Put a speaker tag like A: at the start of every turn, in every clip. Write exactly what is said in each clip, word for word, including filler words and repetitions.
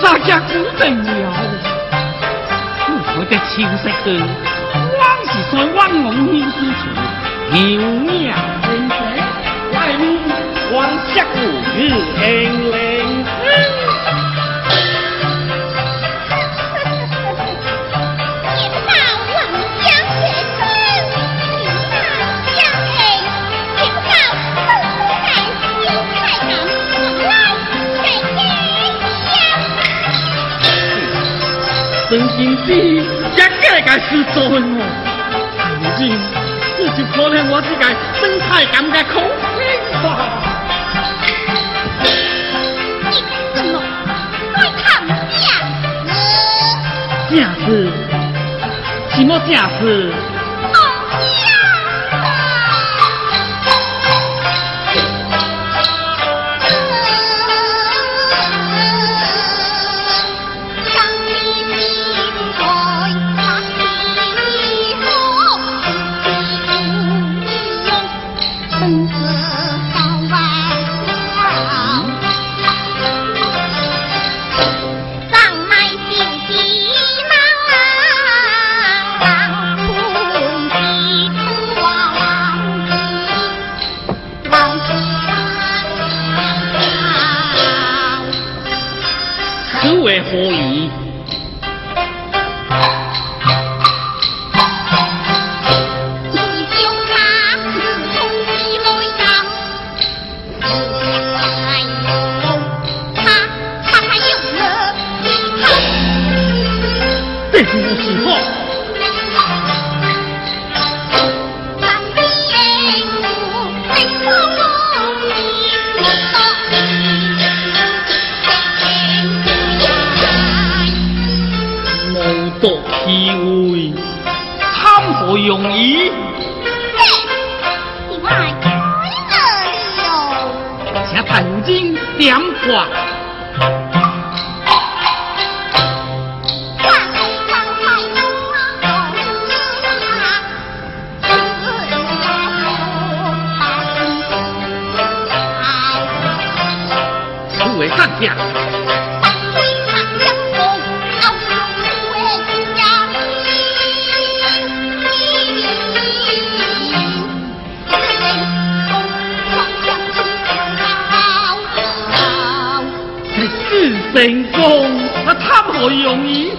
A: 大家固定了，我的青色的，光是在万王hil之处，有名先生，来路王石古日英灵。真经是一个个是做我，如今这就可能我这个生态感嘅口令吧。
B: 你怎么来看呀？
A: 正是，什么正是？何以？这是我时候。多机会，参何容易？
B: 你外开了了，
A: 请thần經點話。此為上下。成功，啊，貪何容易？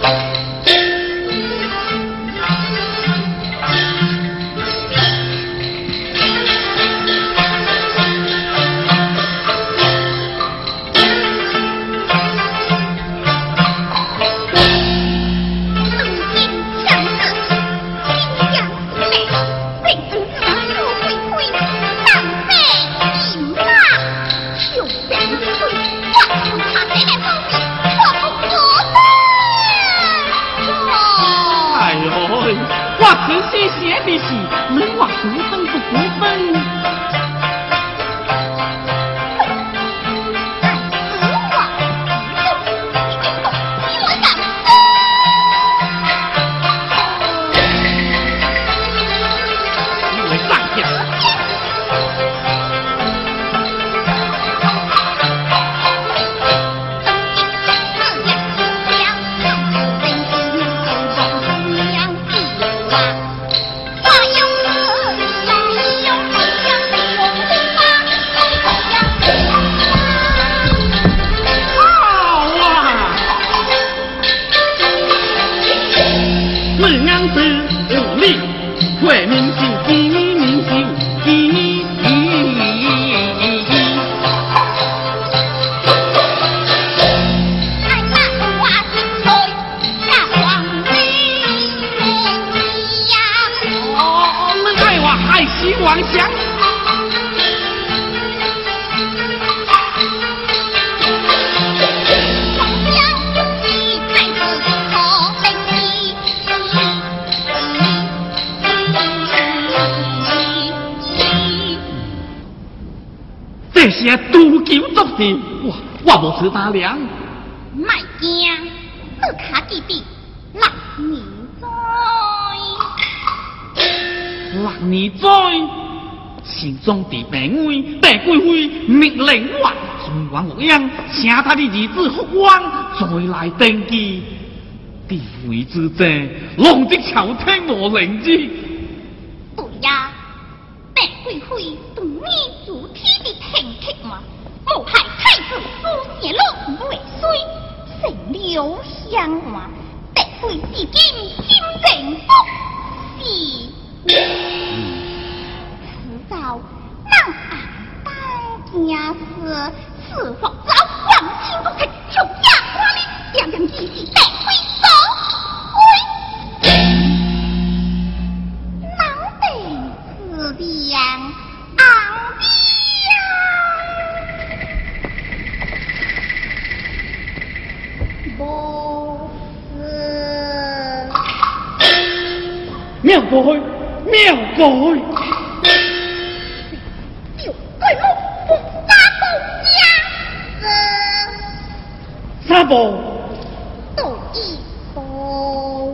A: 我只是写的是，你话古风不古风。这些赌球作事，我我无此打量。
B: 莫惊，好卡弟弟，六年栽，
A: 六年栽，心中地病危，地贵妃命令我，尽管我样，请他的儿子福王， 再来登基。地位之争，浪迹朝廷无灵之。
B: 对呀，白贵妃对你主体的天客嘛，谋害太子朱邪禄未遂，成留香嘛，白贵至今心情不喜。迟早能暗当家事，是否遭皇亲国戚求家花里，两人一起白贵走回。能得此量昂标，不是
A: 妙改，妙改。
B: 就对我不杀不家是
A: 三步
B: 都一步。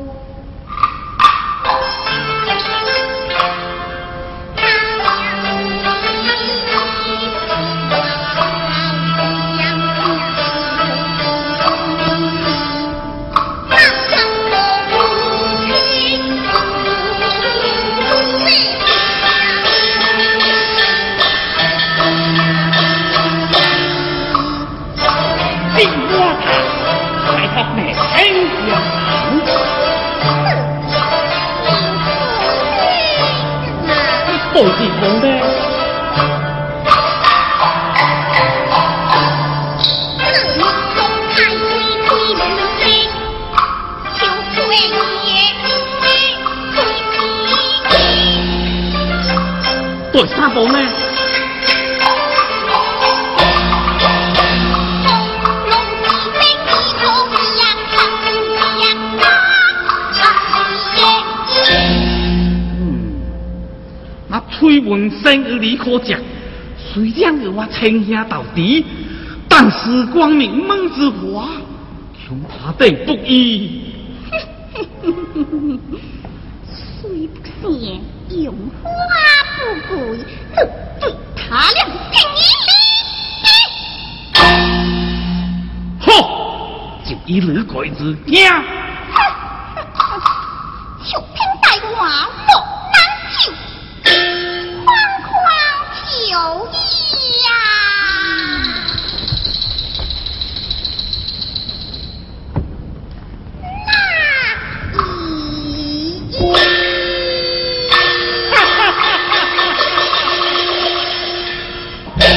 A: 都是讲的。对三步呢？崔文生而你可讲，虽然有我称兄道弟，但时光名门之华，恐怕定不易。
B: 虽不见用花不贵，只对他俩情义。
A: 呵，就以你鬼子惊。
B: 就听大话莫难求。框框求义呀！那一，
A: 哈哈哈哈哈！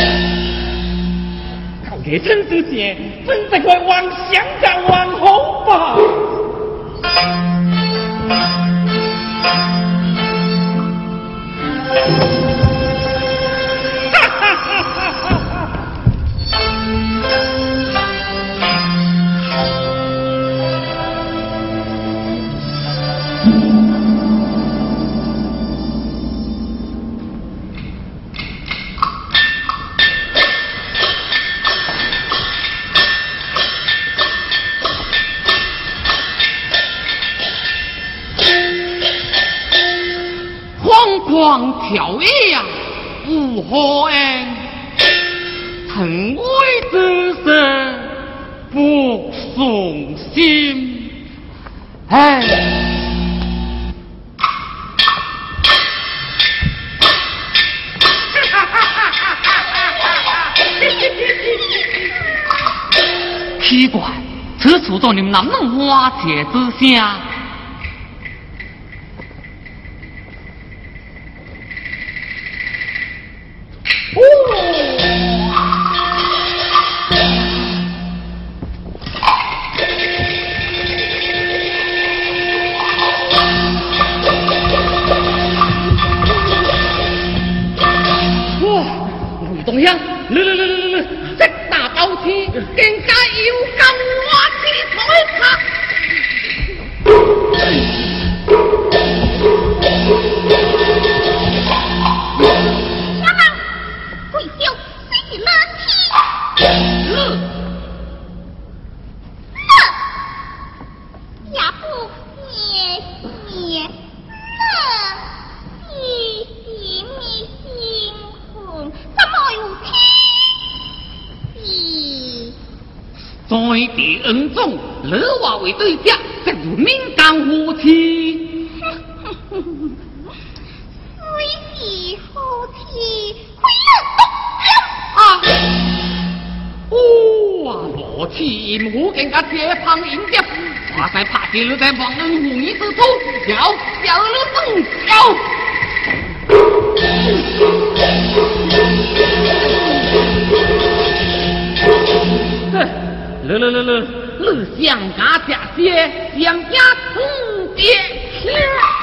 A: 靠野村之前，真在怪妄想着王后吧？光条样无何恩，臣为之事不送心。哎，奇怪，此处做你们哪能花解之下？东乡，来来来来来，这大刀器更加有感我的才他。小王，贵秀虽是乱气，也不灭灭了，一心一心痛，怎么有天？ 在地恩中，你话为对家，直如民间夫妻。
B: 虽是夫妻，亏了东
A: 啊！哇，罗气淫妇更加这旁迎接，我在怕起你在忘恩负义之处，要要你动手。来来来来，你想家家些，想家出别去。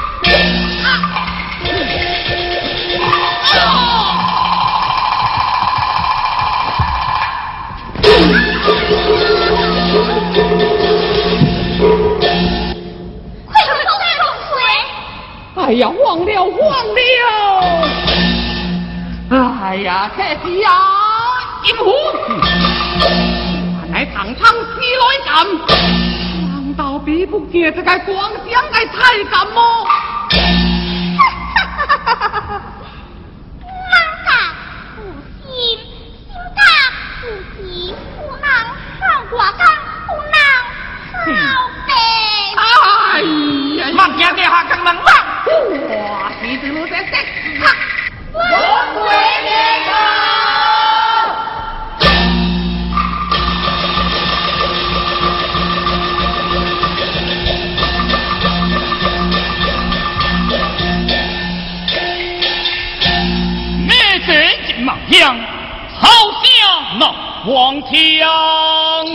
B: 快快快入水！
A: 哎呀，忘了忘了！哎呀，可惜呀，淫妇！来尝尝西来感，难道比不见这个光香的菜感么？
B: 人家负心，心家负己，不能好寡干，不能好白。
A: 哎呀，慢点点下更能忙。哇，是这路在这，哈，我为你好。将朝下闹黄腔，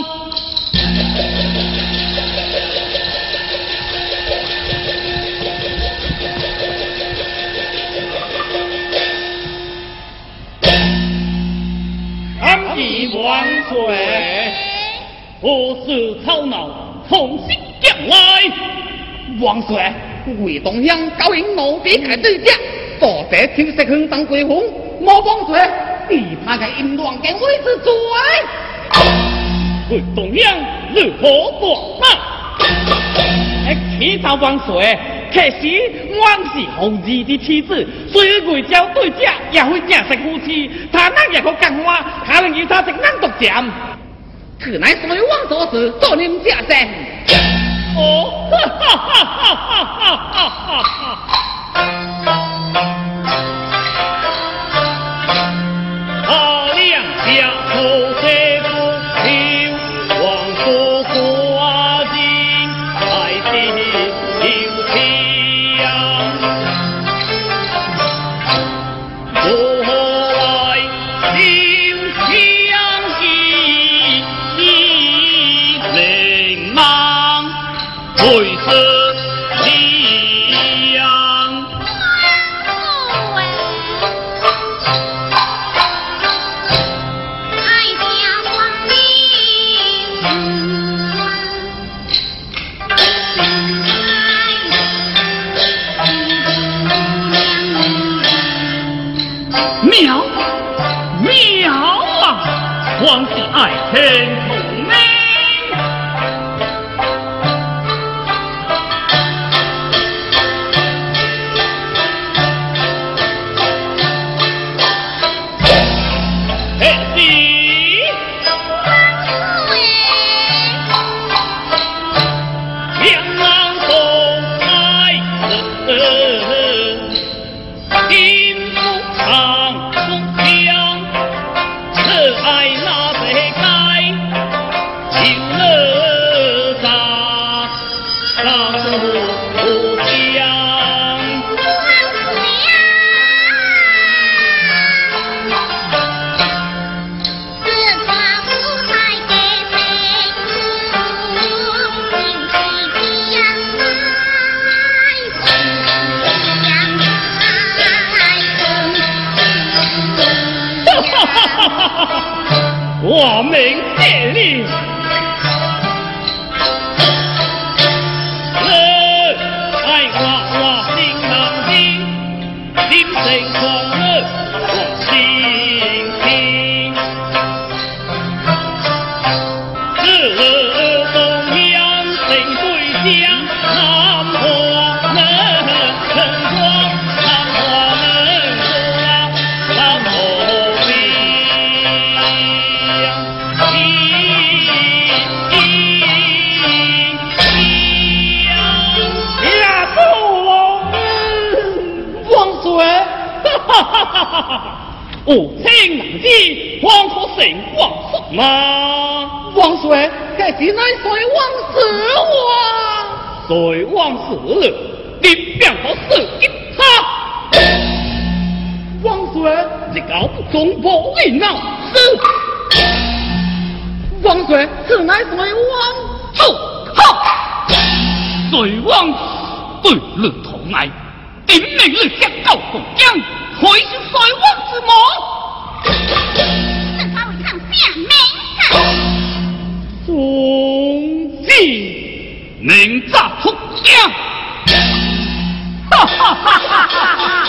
A: 安义万岁！何事吵闹？从新将来。万岁！为东乡高营奴婢嘅对家，多谢挑食香当归红。我帮罪，你怕个淫乱嘅位置罪。回东阳如何做嘛？哎，启奏万岁，其实我是红儿的妻子，虽然为交对家，也会正式夫妻，他那也可讲话，可能与他是难独占。此乃所有王所事，做您家政。哦，哈哈哈哈哈哈哈哈！家头这不求，王所挂金，爱的有情。我来心相依，灵芒会色。妙妙啊！皇是爱情同名，嘿是两郎同爱心不长。爱那谁开，情乐杂，大不不香。
B: 此话无奈给谁听？心气将来，心将来，
A: 哈哈哈哈哈！我明谢你。爱我我心难听，心生狂热我心听。这东阳城对家，南华能晨光，南华能光，南华。 我请男子黄可成王叔吗？
C: 王帅，这是乃谁王氏王？
A: 谁王氏了？你便可死一他！
C: 王帅，
A: 这搞不中破你闹事！
C: 王帅，此乃谁王？
A: 走好！谁王对日同来，点明日接告共将，开是谁王之魔？
B: 正法为抗下名
A: 宗旨明诈出将，哈哈哈哈哈哈！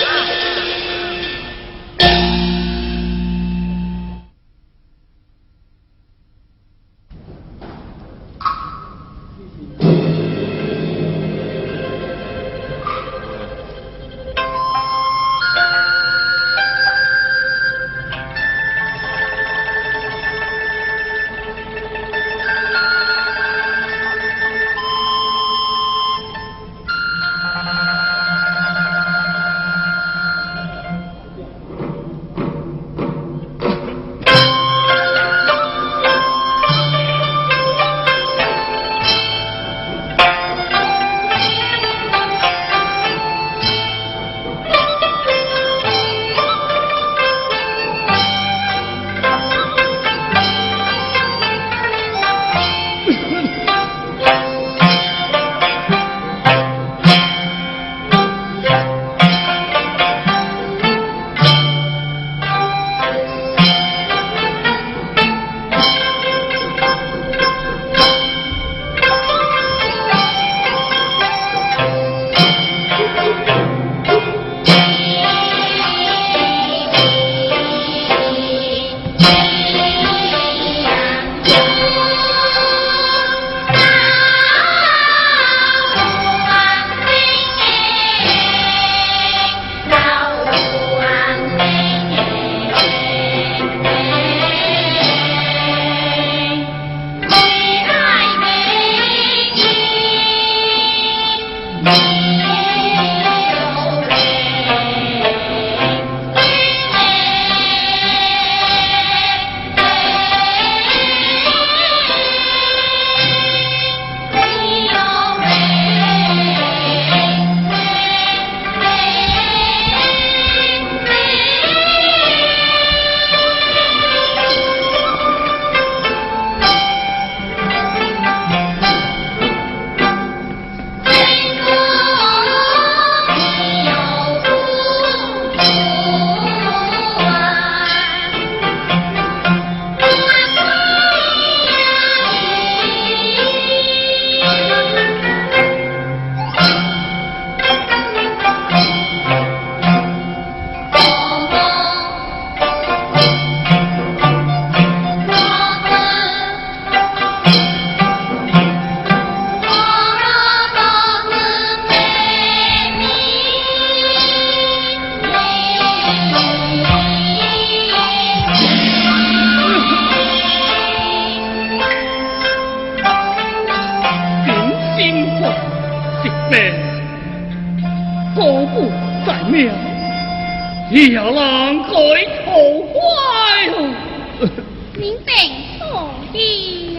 A: 要让佢逃坏哦！
B: 您病错的呀，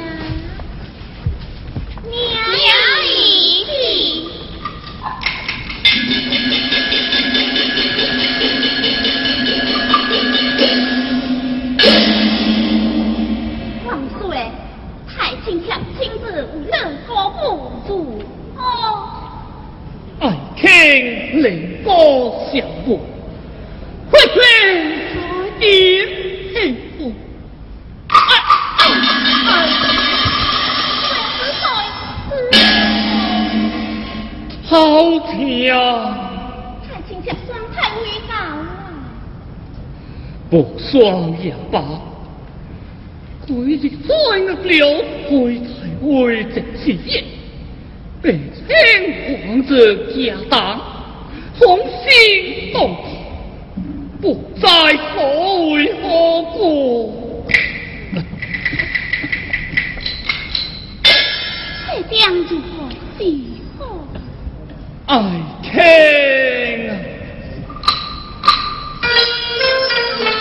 B: 娘姨子。王岁，太清贴亲自为人过不住哦。
A: 爱卿灵波相护。快快点幸福！好听啊！
B: 太亲切双太为高了，
A: 不双也罢。佢亦再呃了去太会直事业，并请皇子家当，从心动。不再后悔何故？
B: 这将如何是好？
A: 爱卿啊！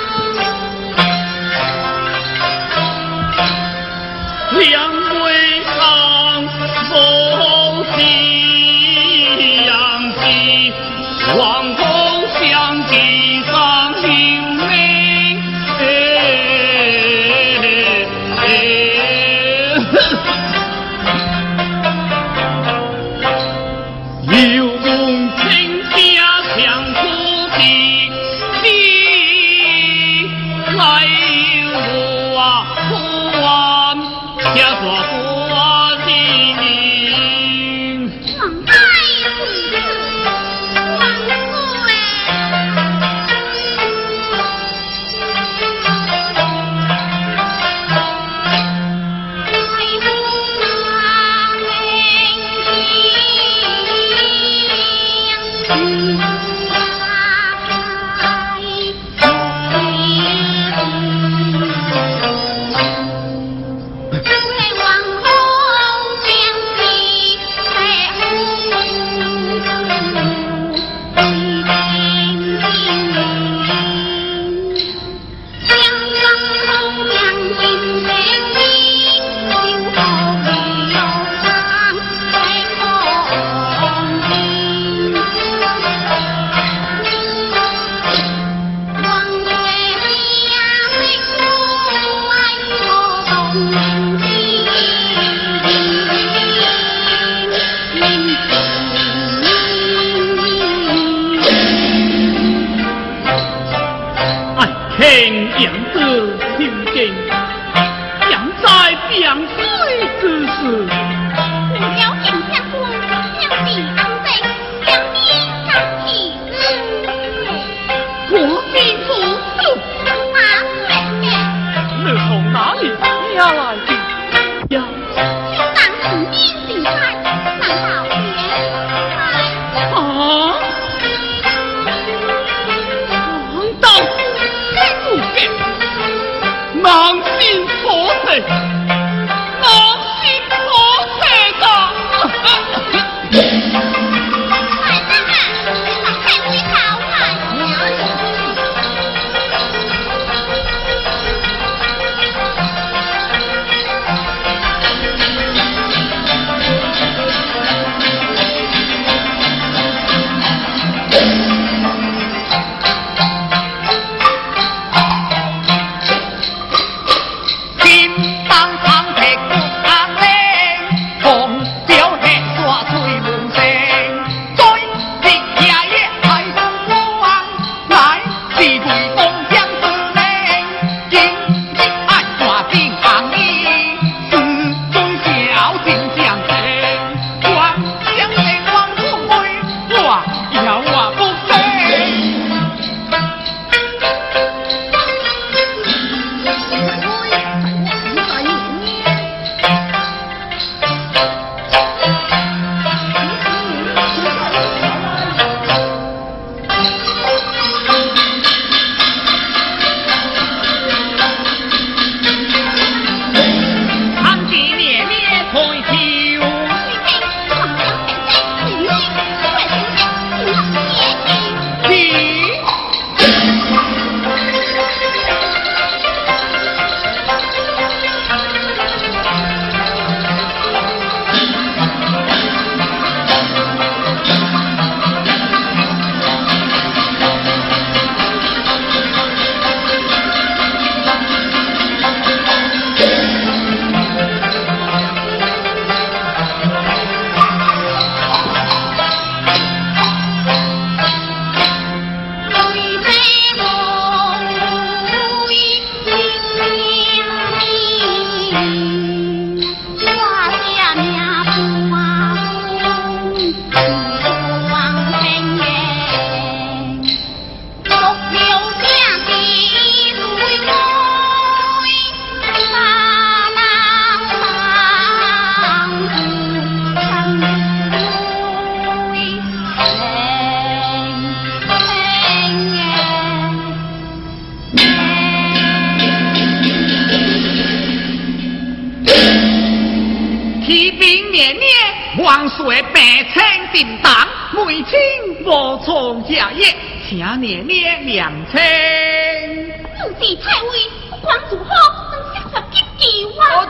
C: 王岁白青叮当，每亲无从家业，请年年两清。
B: 如是太尉，光如何能相信吉吉啊？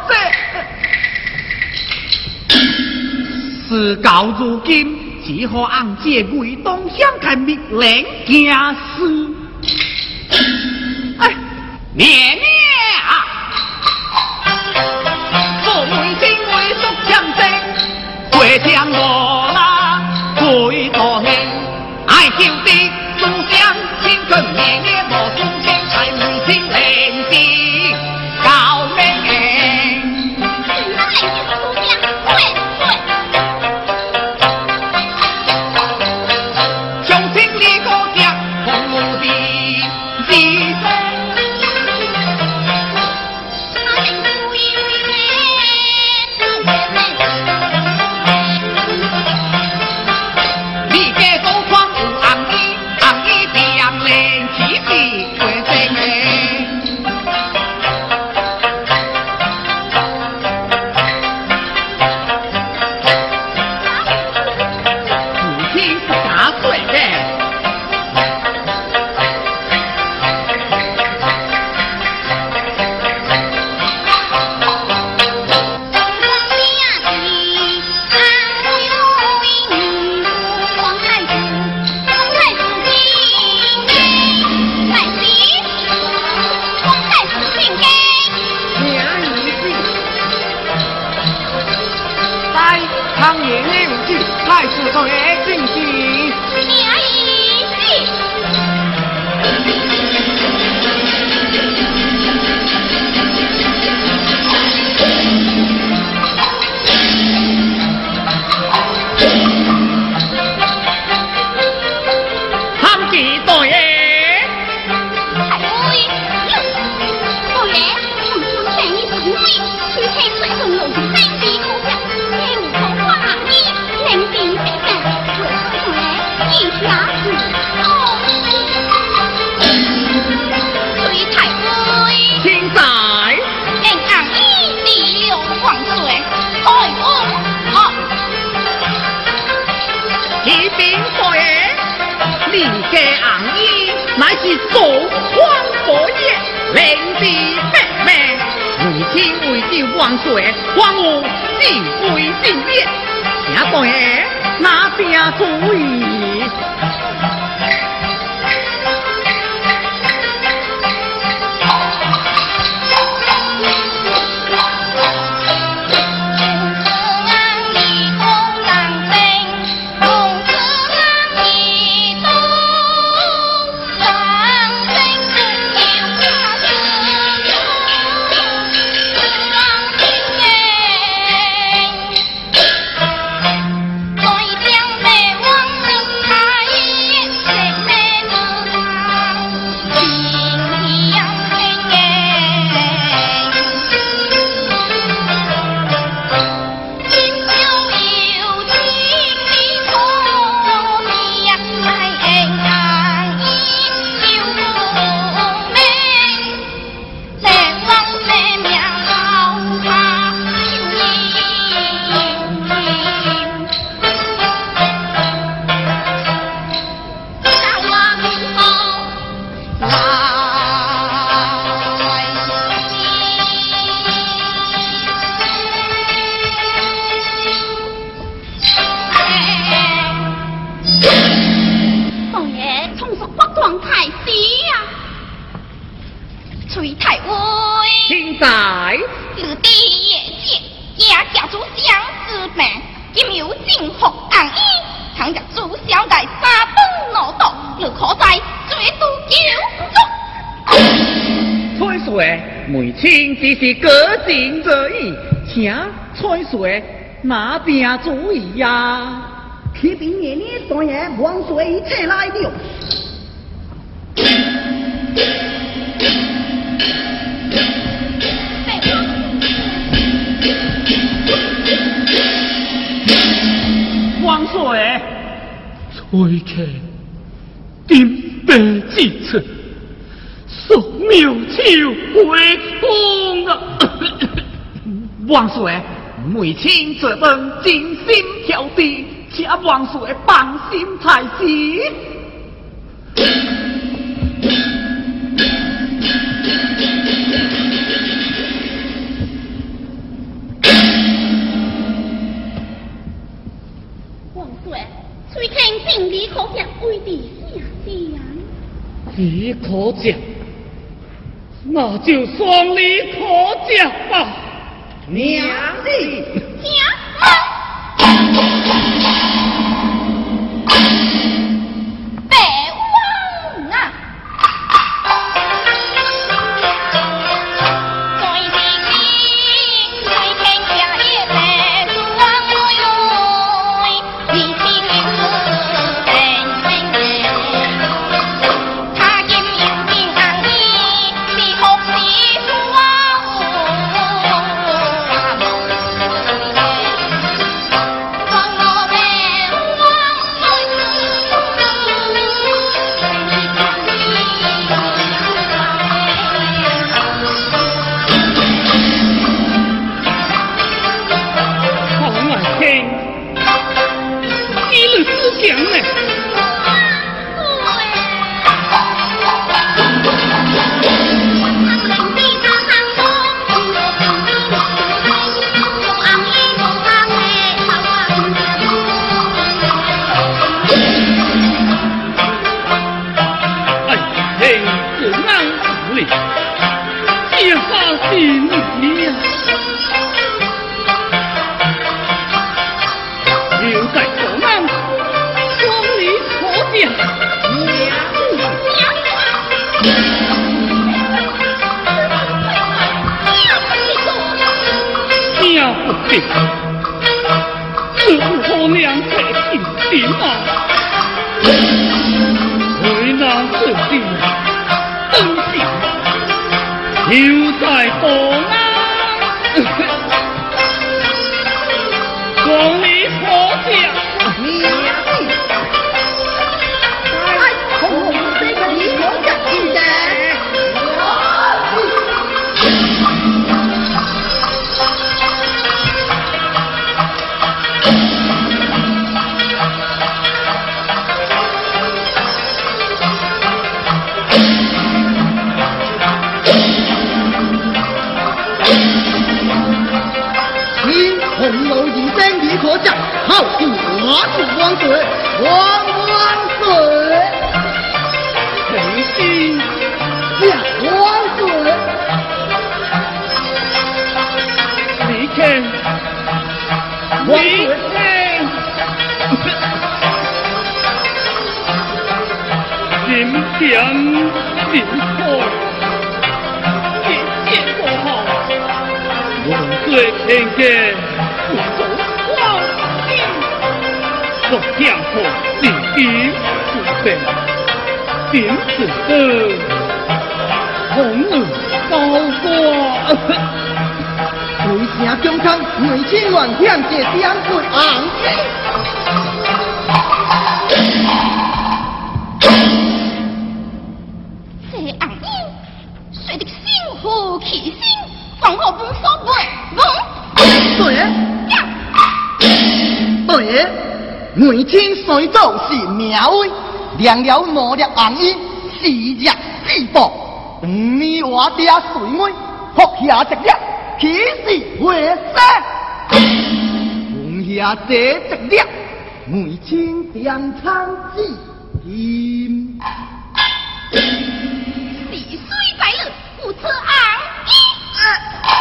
C: 这事到如今，只好按这魏东乡开密令行事。哎，年年啊！做媒亲为属强盛。会将我啦，会多年，爱求的思想，心更年年无思想，才会心灵。 定高明。万岁，还我敬畏敬业，请大爷拿定主意。梅清只是个性而已，请崔水拿定主意呀、啊！
D: 启禀爷爷大爷，万岁请来了。
A: 万岁，崔客顶白之策。送苗朝回宫啊！
C: 万岁，梅清这等精心挑剔，请万岁放心才是。
B: 万岁，崔天敬礼可见为地下将。
A: 李可讲。那就算你可讲吧，
D: 娘的，
B: 家门，别忘啊！
A: 心里啊，留在左岸，双你可见娘娘不定，是何娘才听定啊？为难自己东西留在东岸，光你可讲
D: 娘子，哎，红红这个你我讲记得。红楼一声你可讲，好是我主万岁，万万岁！
A: 谁心
D: 呀，万岁！
A: 你看，你看，人讲人错，一切不好，万岁听见。不走荒地，我强迫自己准备，点子的红日高挂，
D: 为啥中康每千万向这两棍昂
B: 这昂英，谁的心乎其心，往后不所谓，
D: 对，对，每天随走是苗威，亮了磨了红衣，是日四宝，五年活爹水妹，服下一粒，岂是会生？放下这一粒，每天点餐之甜。
B: 是虽在日，不辞昂英。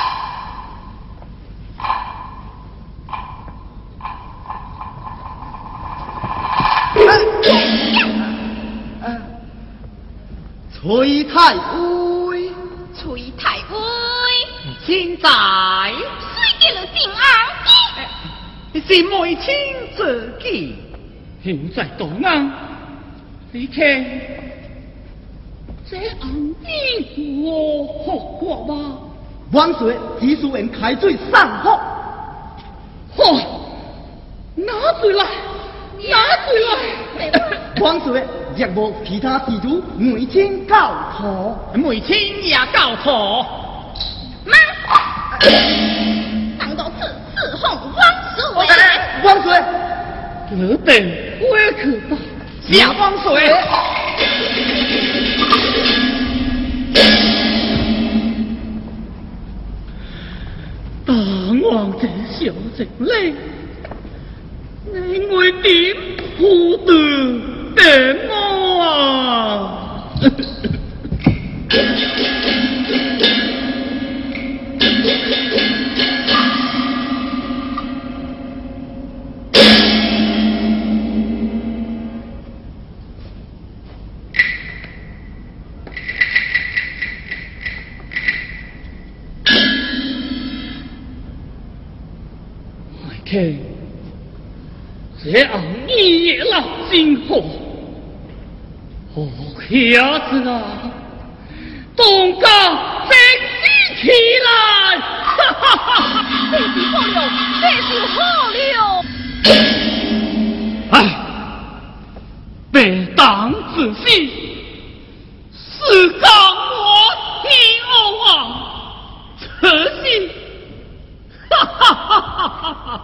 D: 崔太尉，
B: 崔太尉，
C: 现在
B: 虽见了靖昂
C: 你是妹亲自己，
A: 留在东岸，你看这昂衣我好过吗？
D: 万岁，提书人开罪上课。
A: 嚯，拿罪来，拿罪来！
D: 万岁，若无其他事主，每天教徒，
C: 妹亲也告错。
B: 妈，当到此侍奉王岁。
D: 万岁，
A: 这等我可到
C: 下王水。
A: 大王这小姐嘞，你会點糊塗頂我啊？看，这昂一夜老金火，哦，瞎子啊，东家正起起来！哈哈哈！
B: 这是好了，这是好了。
A: 哎，别当仔细，是讲我天欧啊，此心，哈哈哈哈哈哈！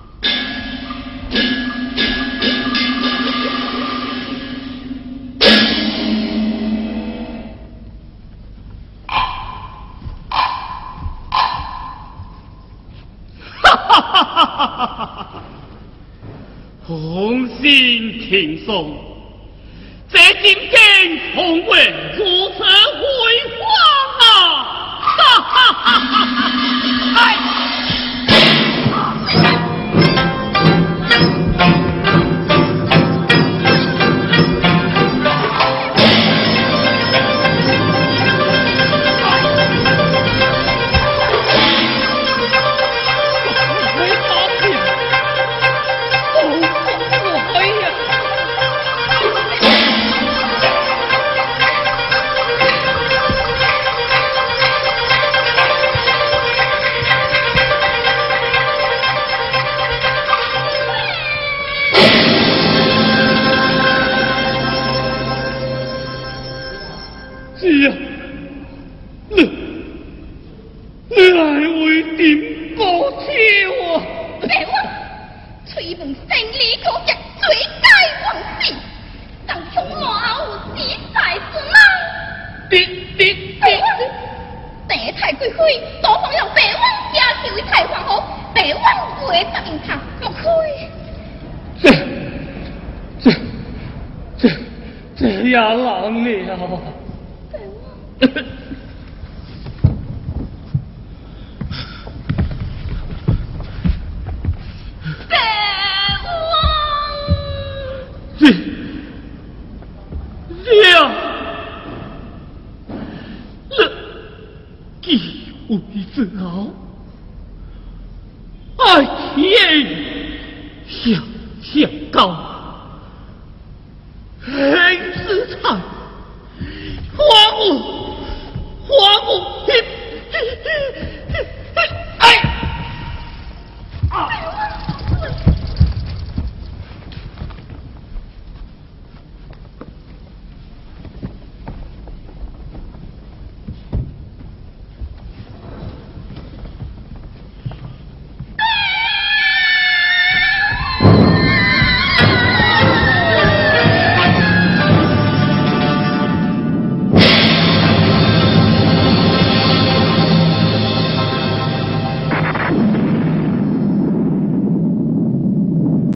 A: 红心挺松，这今天红为如此辉煌啊！哈哈哈定过桥啊！
B: 别忘，吹门胜利可见罪该万死，当从我后死在孙郎。
A: 别别
B: 别忘，第太贵妃多放了别忘家去为太皇后，别忘会答应他，莫亏。
A: 这这这这样难了。这这样，这几位之后，爱天向向高，黑之才，花木花木一